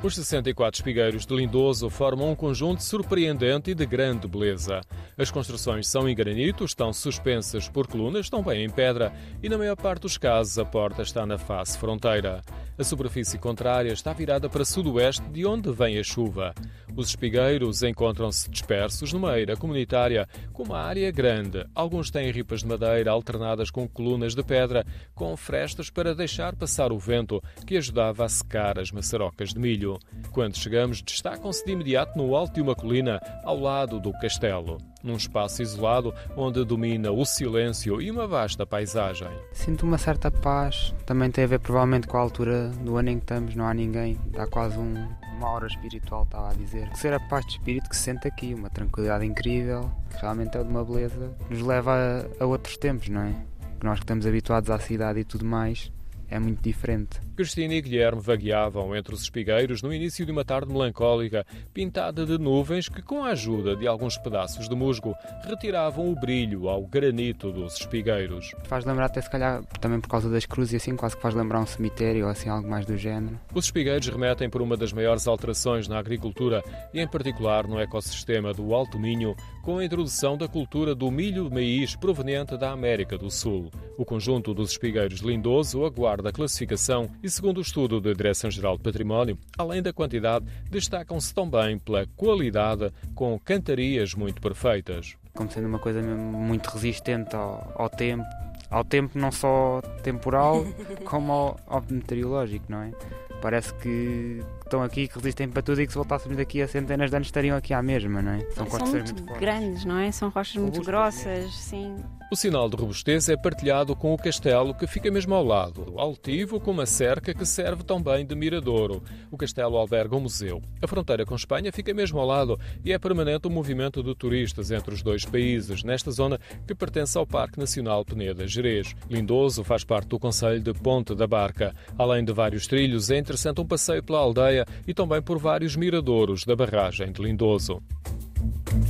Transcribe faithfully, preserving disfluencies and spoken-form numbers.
Os sessenta e quatro espigueiros de Lindoso formam um conjunto surpreendente e de grande beleza. As construções são em granito, estão suspensas por colunas, também em pedra, e na maior parte dos casos a porta está na face fronteira. A superfície contrária está virada para sudoeste, de onde vem a chuva. Os espigueiros encontram-se dispersos numa eira comunitária com uma área grande. Alguns têm ripas de madeira alternadas com colunas de pedra, com frestas para deixar passar o vento, que ajudava a secar as maçarocas de milho. Quando chegamos, destacam-se de imediato no alto de uma colina, ao lado do castelo, num espaço isolado onde domina o silêncio e uma vasta paisagem. Sinto uma certa paz, também tem a ver provavelmente com a altura do ano em que estamos, não há ninguém, dá quase um, uma hora espiritual, estava a dizer. Ser a paz de espírito que se sente aqui, uma tranquilidade incrível, que realmente é de uma beleza, nos leva a, a outros tempos, não é? Nós que estamos habituados à cidade e tudo mais, é muito diferente. Cristina e Guilherme vagueavam entre os espigueiros no início de uma tarde melancólica, pintada de nuvens que, com a ajuda de alguns pedaços de musgo, retiravam o brilho ao granito dos espigueiros. Faz lembrar até, se calhar, também por causa das cruzes e assim, quase que faz lembrar um cemitério ou assim, algo mais do género. Os espigueiros remetem por uma das maiores alterações na agricultura e, em particular, no ecossistema do Alto Minho, com a introdução da cultura do milho-maíz proveniente da América do Sul. O conjunto dos espigueiros de Lindoso aguarda a classificação e, segundo o estudo da Direção-Geral de Património, além da quantidade, destacam-se também pela qualidade, com cantarias muito perfeitas. Como sendo uma coisa mesmo muito resistente ao, ao tempo, ao tempo não só temporal, como ao, ao meteorológico, não é? Parece que estão aqui, que resistem para tudo e que se voltássemos daqui a centenas de anos estariam aqui à mesma, não é? São, são muito, muito grandes, não é? São rochas muito grossas, sim. O sinal de robustez é partilhado com o castelo, que fica mesmo ao lado, altivo com uma cerca que serve também de miradouro. O castelo alberga um museu. A fronteira com Espanha fica mesmo ao lado e é permanente o movimento de turistas entre os dois países, nesta zona que pertence ao Parque Nacional Peneda-Gerês. Lindoso faz parte do concelho de Ponte da Barca. Além de vários trilhos, é interessante um passeio pela aldeia e também por vários miradouros da barragem de Lindoso.